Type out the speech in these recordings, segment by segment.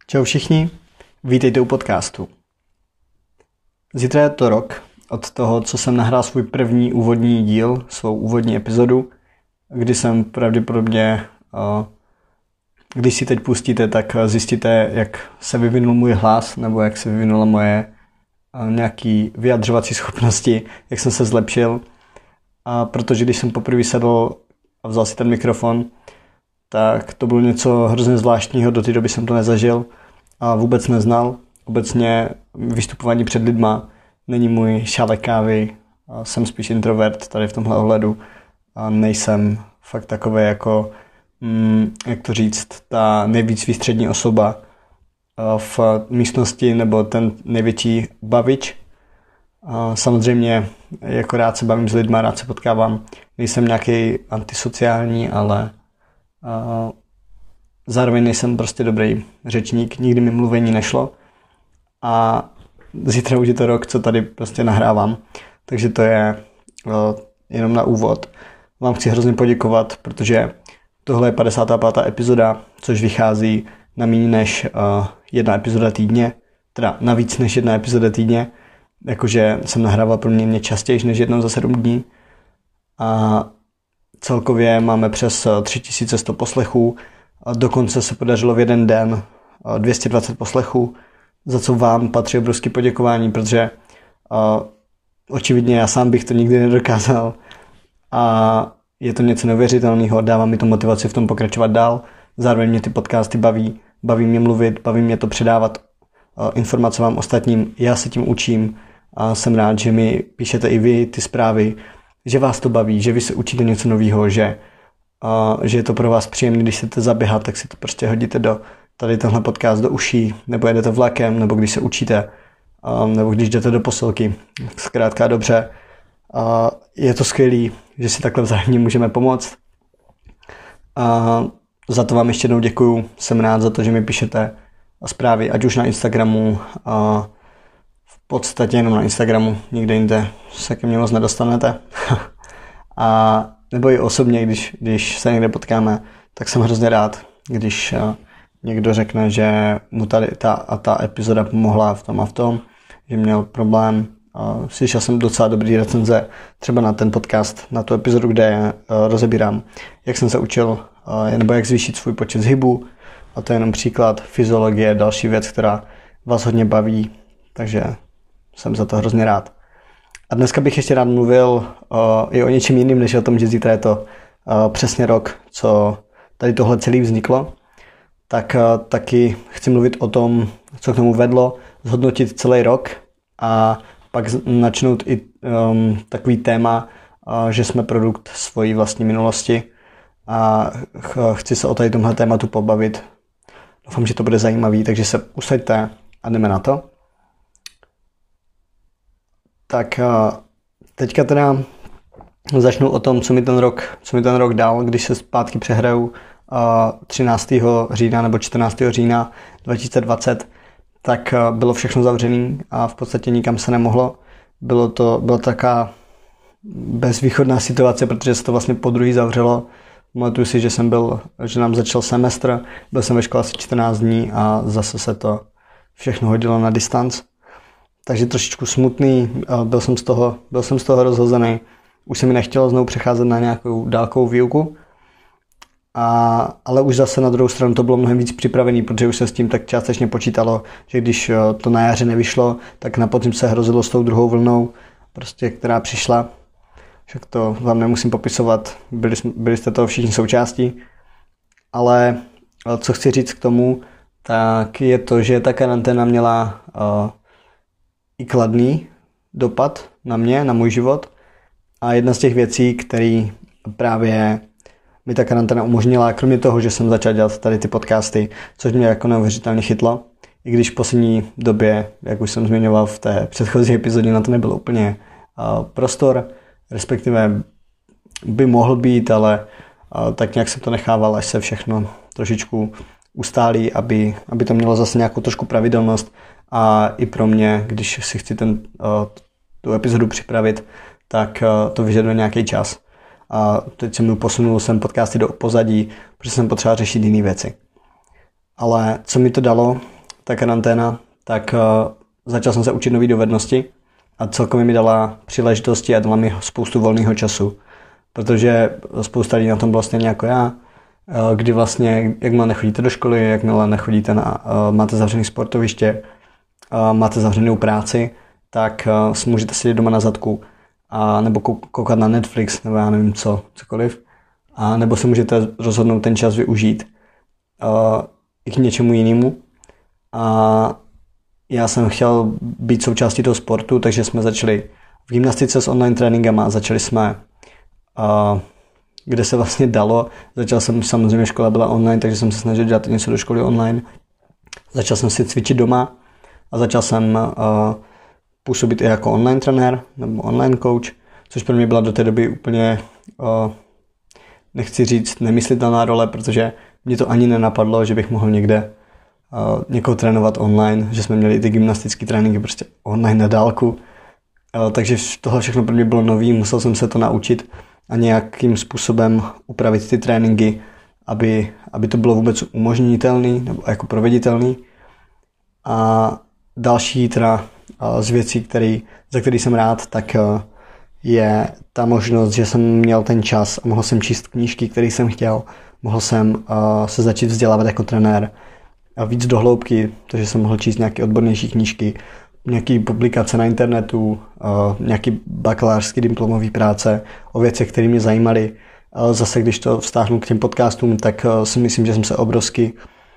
Čau všichni, vítejte u podcastu. Zítra je to rok od toho, co jsem nahrál svůj první úvodní díl, svou úvodní epizodu, kdy jsem pravděpodobně, když si teď pustíte, tak zjistíte, jak se vyvinul můj hlas, nebo jak se vyvinula moje nějaký vyjadřovací schopnosti, jak jsem se zlepšil. A protože když jsem poprvé sedl a vzal si ten mikrofon, tak to bylo něco hrozně zvláštního, do té doby jsem to nezažil a vůbec neznal. Obecně vystupování před lidma není můj šálek kávy, jsem spíš introvert tady v tomhle ohledu a nejsem fakt takový jako, jak to říct, ta nejvíc výstřední osoba v místnosti nebo ten největší bavič. Samozřejmě jako rád se bavím s lidma, rád se potkávám, nejsem nějaký antisociální, ale zároveň nejsem prostě dobrý řečník, nikdy mi mluvení nešlo a zítra už je to rok, co tady prostě nahrávám, takže to je jenom na úvod. Vám chci hrozně poděkovat, protože tohle je 55. epizoda, což vychází na méně než jedna epizoda týdně, teda na víc než jedna epizoda týdně, jakože jsem nahrával poměrně častěji než jednou za 7 dní a celkově máme přes 3100 poslechů, a dokonce se podařilo v jeden den 220 poslechů, za co vám patří obrovské poděkování, protože očividně já sám bych to nikdy nedokázal a je to něco neuvěřitelného, dává mi to motivaci v tom pokračovat dál, zároveň mě ty podcasty baví mě mluvit, baví mě to předávat informace vám ostatním, já se tím učím a jsem rád, že mi píšete i vy ty zprávy, že vás to baví, že vy se učíte něco nového, že je to pro vás příjemné, když chcete zaběhat, tak si to prostě hodíte do tady tenhle podcast do uší, nebo jedete vlakem, nebo když se učíte, nebo když jdete do posilky. Zkrátka dobře. Je to skvělý, že si takhle vzájemně můžeme pomoct. Za to vám ještě jednou děkuju. Jsem rád za to, že mi píšete zprávy, ať už na Instagramu, v podstatě jenom na Instagramu, nikde jinde se ke mně moc nedostanete. Nebo i osobně, když se někde potkáme, tak jsem hrozně rád, když někdo řekne, že mu tady ta epizoda pomohla v tom a v tom, že měl problém. Slyšel jsem docela dobrý recenze třeba na ten podcast, na tu epizodu, kde rozebírám, jak jsem se učil, nebo jak zvýšit svůj počet zhybů. A to je jenom příklad. Fyziologie, další věc, která vás hodně baví, takže jsem za to hrozně rád. A dneska bych ještě rád mluvil i o něčem jiným, než o tom, že zítra je to přesně rok, co tady tohle celé vzniklo. Tak taky chci mluvit o tom, co k tomu vedlo, zhodnotit celý rok a pak načnout i takový téma, že jsme produkt svojí vlastní minulosti a chci se o tady tomhle tématu pobavit. Doufám, že to bude zajímavý, takže se usaďte a jdeme na to. Tak teďka teda začnu o tom, co mi ten rok dal, když se zpátky přehraju 13. října nebo 14. října 2020, tak bylo všechno zavřený a v podstatě nikam se nemohlo. Byla taková bezvýchodná situace, protože se to vlastně podruhé zavřelo. Pamatuju si, že nám začal semestr, byl jsem ve škole asi 14 dní a zase se to všechno hodilo na distanc. Takže trošičku smutný, byl jsem z toho rozhozený. Už se mi nechtělo znovu přecházet na nějakou dálkovou výuku. Ale už zase na druhou stranu to bylo mnohem víc připravený, protože už se s tím tak částečně počítalo, že když to na jaře nevyšlo, tak na podzim se hrozilo s tou druhou vlnou, prostě, která přišla. Však to vám nemusím popisovat, byli jste toho všichni součástí. Ale co chci říct k tomu, tak je to, že ta karanténa měla i kladný dopad na mě, na můj život. A jedna z těch věcí, který právě mi ta karanténa umožnila, kromě toho, že jsem začal dělat tady ty podcasty, což mě jako neuvěřitelně chytlo, i když v poslední době, jak už jsem zmiňoval v té předchozí epizodě, na to nebyl úplně prostor, respektive by mohl být, ale tak nějak jsem to nechával, až se všechno trošičku ustálí, aby to mělo zase nějakou trošku pravidelnost a i pro mě, když si chci tu epizodu připravit, tak to vyžaduje nějaký čas. A teď posunul jsem podcasty do pozadí, protože jsem potřeboval řešit jiné věci. Ale co mi to dalo, ta karanténa, tak začal jsem se učit nové dovednosti a celkově mi dala příležitosti a dala mi spoustu volného času. Protože spousta lidí na tom bylo stejně jako já, kdy vlastně, jakmile nechodíte do školy, jakmile nechodíte máte zavřené sportoviště, máte zavřenou práci, tak můžete sedět doma na zadku a nebo koukat na Netflix, nebo já nevím cokoliv. A nebo se můžete rozhodnout ten čas využít i k něčemu jinému. A já jsem chtěl být součástí toho sportu, takže jsme začali v gymnastice s online tréninkama, začali jsme kde se vlastně dalo. Začal jsem, samozřejmě škola byla online, takže jsem se snažil dělat něco do školy online. Začal jsem si cvičit doma a začal jsem působit i jako online trenér nebo online coach, což pro mě byla do té doby úplně, nechci říct, nemyslitelná role, protože mě to ani nenapadlo, že bych mohl někde někoho trénovat online, že jsme měli ty gymnastické tréninky prostě online na dálku. Takže tohle všechno pro mě bylo nový, musel jsem se to naučit a nějakým způsobem upravit ty tréninky, aby to bylo vůbec umožnitelné nebo jako proveditelné. A další teda z věcí, za který jsem rád, tak je ta možnost, že jsem měl ten čas a mohl jsem číst knížky, které jsem chtěl. Mohl jsem se začít vzdělávat jako trenér a víc do hloubky, takže jsem mohl číst nějaké odbornější knížky, nějaké publikace na internetu, nějaké bakalářské diplomové práce o věcech, které mě zajímaly. Zase, když to vztáhnu k těm podcastům, tak si myslím, že jsem se obrovsky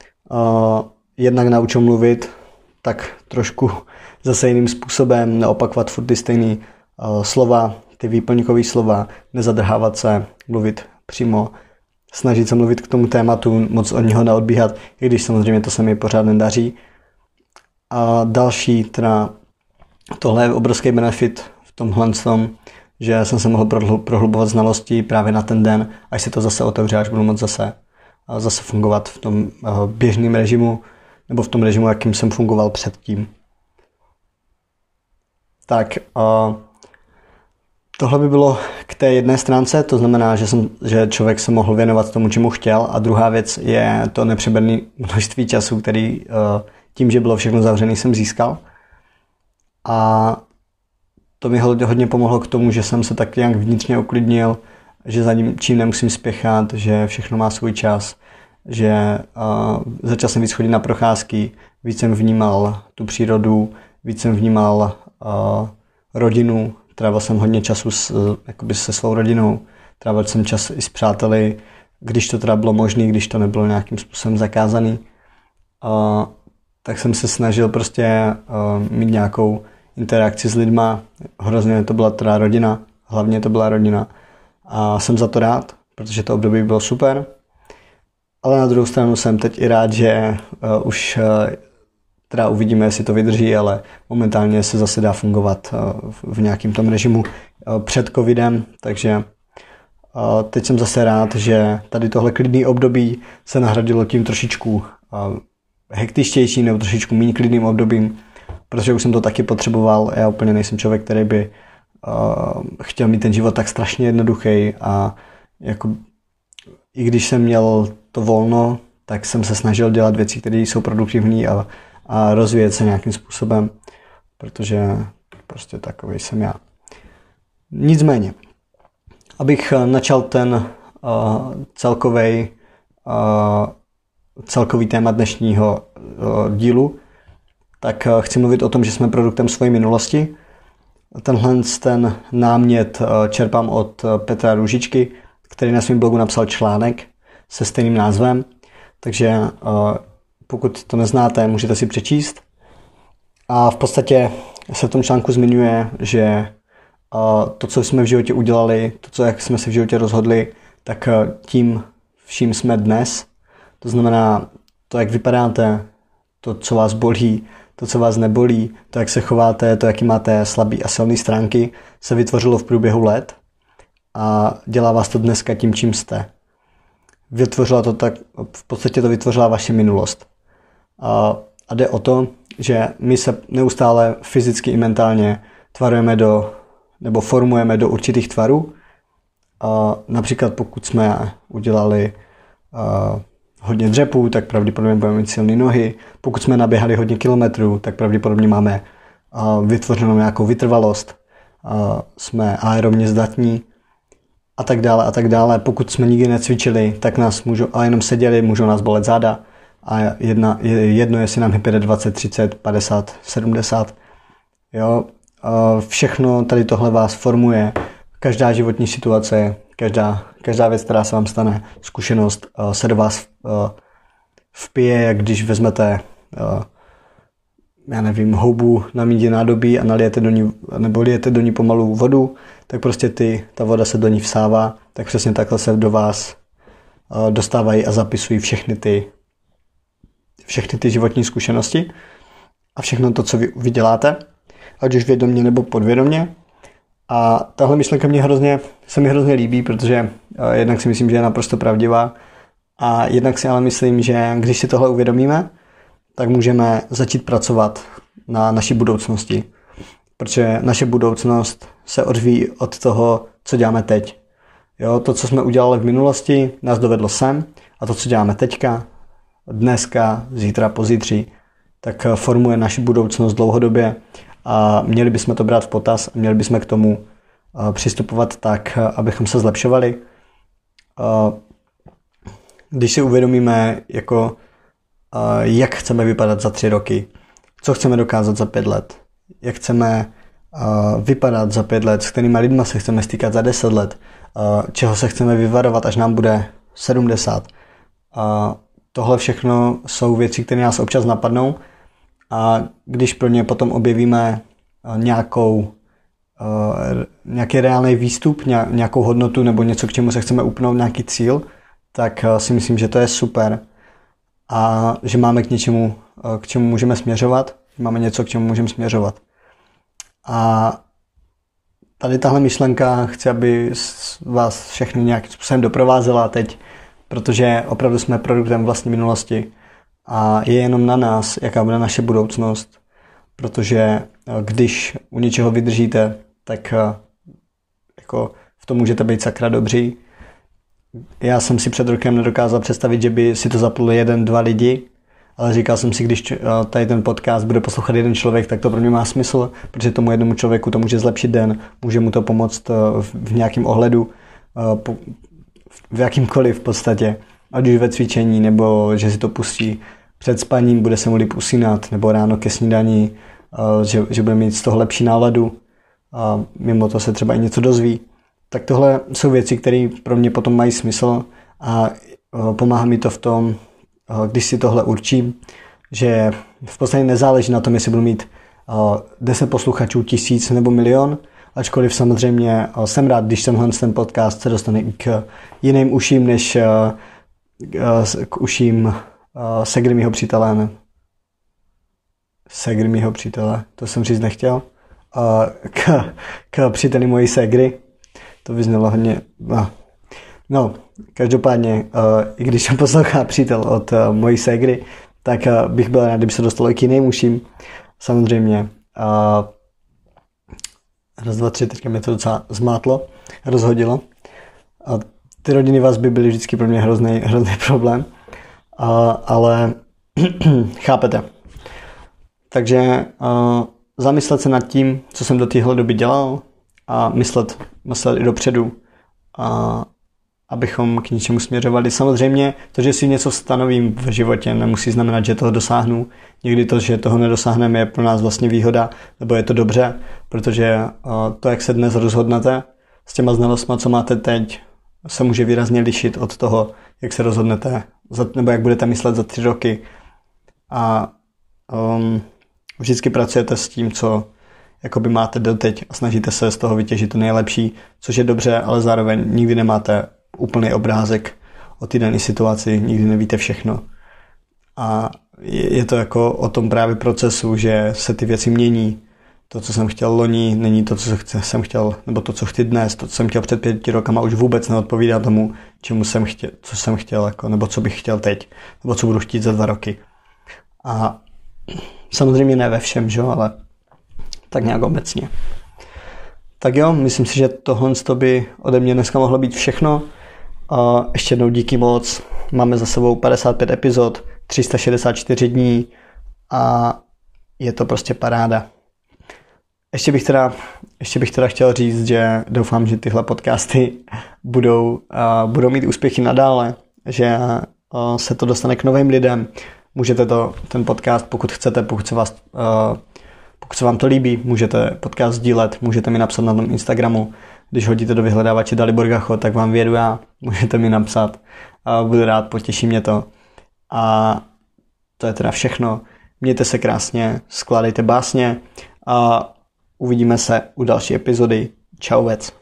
jednak naučil mluvit, tak trošku zase jiným způsobem, neopakovat furt ty stejné slova, ty výplňkové slova, nezadrhávat se, mluvit přímo, snažit se mluvit k tomu tématu, moc od něho neodbíhat, i když samozřejmě to se mi pořád nedaří. A další, teda tohle je obrovský benefit v tomhle tom, že jsem se mohl prohlubovat znalosti právě na ten den, až se to zase otevře, až budu moct zase fungovat v tom běžném režimu, nebo v tom režimu, jakým jsem fungoval předtím. Tak, tohle by bylo k té jedné stránce, to znamená, že člověk se mohl věnovat tomu, čemu chtěl, a druhá věc je to nepřeberné množství času, který tím, že bylo všechno zavřené, jsem získal. A to mi hodně pomohlo k tomu, že jsem se tak nějak vnitřně uklidnil, že za čím nemusím spěchat, že všechno má svůj čas, že začal jsem víc chodit na procházky, víc jsem vnímal tu přírodu, víc jsem vnímal rodinu, trávil jsem hodně času se svou rodinou, trávil jsem čas i s přáteli, když to teda bylo možné, když to nebylo nějakým způsobem zakázaný. Tak jsem se snažil prostě mít nějakou interakci s lidma. Hrozně to byla teda rodina, hlavně to byla rodina. A jsem za to rád, protože to období bylo super. Ale na druhou stranu jsem teď i rád, že už teda uvidíme, jestli to vydrží, ale momentálně se zase dá fungovat v nějakém tom režimu před covidem, takže teď jsem zase rád, že tady tohle klidný období se nahradilo tím trošičku hektičtější nebo trošičku méně klidným obdobím, protože už jsem to taky potřeboval. Já úplně nejsem člověk, který by chtěl mít ten život tak strašně jednoduchý, a jako i když jsem měl to volno, tak jsem se snažil dělat věci, které jsou produktivní a rozvíjet se nějakým způsobem, protože prostě takový jsem já. Nicméně, abych načal ten celkový téma dnešního dílu, tak chci mluvit o tom, že jsme produktem své minulosti. Ten námět čerpám od Petra Růžičky, který na svém blogu napsal článek se stejným názvem, takže pokud to neznáte, můžete si přečíst. A v podstatě se v tom článku zmiňuje, že to, co jsme v životě udělali, jak jsme se v životě rozhodli, tak tím vším jsme dnes. To znamená to, jak vypadáte, to, co vás bolí, to, co vás nebolí, to, jak se chováte, to, jaký máte slabé a silné stránky, se vytvořilo v průběhu let a dělá vás to dneska tím, čím jste. V podstatě to vytvořila vaše minulost. A jde o to, že my se neustále fyzicky i mentálně nebo formujeme do určitých tvarů. Například pokud jsme udělali hodně dřepů, tak pravděpodobně budeme mít silné nohy. Pokud jsme naběhali hodně kilometrů, tak pravděpodobně máme vytvořenou nějakou vytrvalost. Jsme aerobně zdatní a tak dále a tak dále. Pokud jsme nikdy necvičili, tak nás můžou, a jenom seděli, můžou nás bolet záda. A jedno, jestli nám je 20, 30, 50, 70. Jo? Všechno tady tohle vás formuje. Každá životní situace, každá věc, která se vám stane, zkušenost se do vás vpije, jak když vezmete já nevím, houbu na mídě nádobí a nalijete do ní, nebo lijete do ní pomalu vodu, tak prostě ta voda se do ní vsává, tak přesně takhle se do vás dostávají a zapisují všechny ty životní zkušenosti a všechno to, co vy děláte, ať už vědomě nebo podvědomě. A tahle myšlenka se mi hrozně líbí, protože jednak si myslím, že je naprosto pravdivá a jednak si ale myslím, že když si tohle uvědomíme, tak můžeme začít pracovat na naší budoucnosti. Protože naše budoucnost se odvíjí od toho, co děláme teď. Jo, to, co jsme udělali v minulosti, nás dovedlo sem a to, co děláme teďka, dneska, zítra, pozítří, tak formuje naši budoucnost dlouhodobě a měli bychom to brát v potaz a měli bychom k tomu přistupovat tak, abychom se zlepšovali. Když si uvědomíme, jak chceme vypadat za 3 roky, co chceme dokázat za 5 let, jak chceme vypadat za 5 let, s kterými lidmi se chceme stýkat za 10 let, čeho se chceme vyvarovat, až nám bude 70. Tohle všechno jsou věci, které nás občas napadnou a když pro ně potom objevíme nějaký reálný výstup, nějakou hodnotu nebo něco, k čemu se chceme upnout, nějaký cíl, tak si myslím, že to je super a že máme k něčemu, k čemu můžeme směřovat, máme něco, k čemu můžeme směřovat. A tady tahle myšlenka chci, aby vás všechny nějakým způsobem doprovázela teď, protože opravdu jsme produktem vlastní minulosti a je jenom na nás, jaká bude naše budoucnost, protože když u něčeho vydržíte, tak jako v tom můžete být sakra dobří. Já jsem si před rokem nedokázal představit, že by si to zapl 1-2 lidi, ale říkal jsem si, když tady ten podcast bude poslouchat jeden člověk, tak to pro mě má smysl, protože tomu jednomu člověku to může zlepšit den, může mu to pomoct v nějakém ohledu, v jakýmkoliv v podstatě, ať už ve cvičení, nebo že si to pustí před spaním, bude se mu líp usínat, nebo ráno ke snídani, že bude mít z toho lepší náladu a mimo to se třeba i něco dozví. Tak tohle jsou věci, které pro mě potom mají smysl a pomáhá mi to v tom, když si tohle určím, že v podstatě nezáleží na tom, jestli budu mít 10 posluchačů, 1000 nebo 1 000 000, ačkoliv samozřejmě jsem rád, když ten podcast se dostane k jiným uším, než k uším Segry mýho přítele. Segry mýho přítele, to jsem říct nechtěl. K příteli mojí Segry. To vyznělo hodně... No, každopádně, i když jsem poslouchá přítel od mojí Segry, tak bych byl rád, kdyby se dostalo i k jiným uším. Samozřejmě. 1, 2, 3, teďka mě to docela zmátlo, rozhodilo. Ty rodinné vazby byly vždycky pro mě hrozný problém. Ale chápete. Takže zamyslet se nad tím, co jsem do téhle doby dělal a myslet i dopředu, abychom k něčemu směřovali. Samozřejmě to, že si něco stanovím v životě, nemusí znamenat, že toho dosáhnu. Někdy to, že toho nedosáhneme, je pro nás vlastně výhoda, nebo je to dobře, protože to, jak se dnes rozhodnete s těma znalostma, co máte teď, se může výrazně lišit od toho, jak se rozhodnete, nebo jak budete myslet za 3 roky. A vždycky pracujete s tím, co jakoby máte doteď a snažíte se z toho vytěžit to nejlepší, což je dobře, ale zároveň nikdy nemáte úplný obrázek o té dané situaci, nikdy nevíte všechno. A je to jako o tom právě procesu, že se ty věci mění. To, co jsem chtěl loni, není to, co jsem chtěl, nebo to, co chci dnes, to, co jsem chtěl před 5 rokama, už vůbec neodpovídá tomu, co jsem chtěl, jako, nebo co bych chtěl teď, nebo co budu chtít za 2 roky. A samozřejmě ne ve všem, že? Ale tak nějak obecně. Tak jo, myslím si, že tohle by ode mě dneska mohlo být všechno. Ještě jednou díky moc. Máme za sebou 55 epizod, 364 dní a je to prostě paráda. Ještě bych teda chtěl říct, že doufám, že tyhle podcasty budou mít úspěchy nadále, že se to dostane k novým lidem. Můžete ten podcast, pokud chcete, pokud se vám to líbí, můžete podcast sdílet, můžete mi napsat na tom Instagramu. Když hodíte do vyhledávače Dalibor Gacho, tak vám vědu já, můžete mi napsat. Budu rád, potěší mě to. A to je teda všechno. Mějte se krásně, skládejte básně a uvidíme se u další epizody. Čau vec.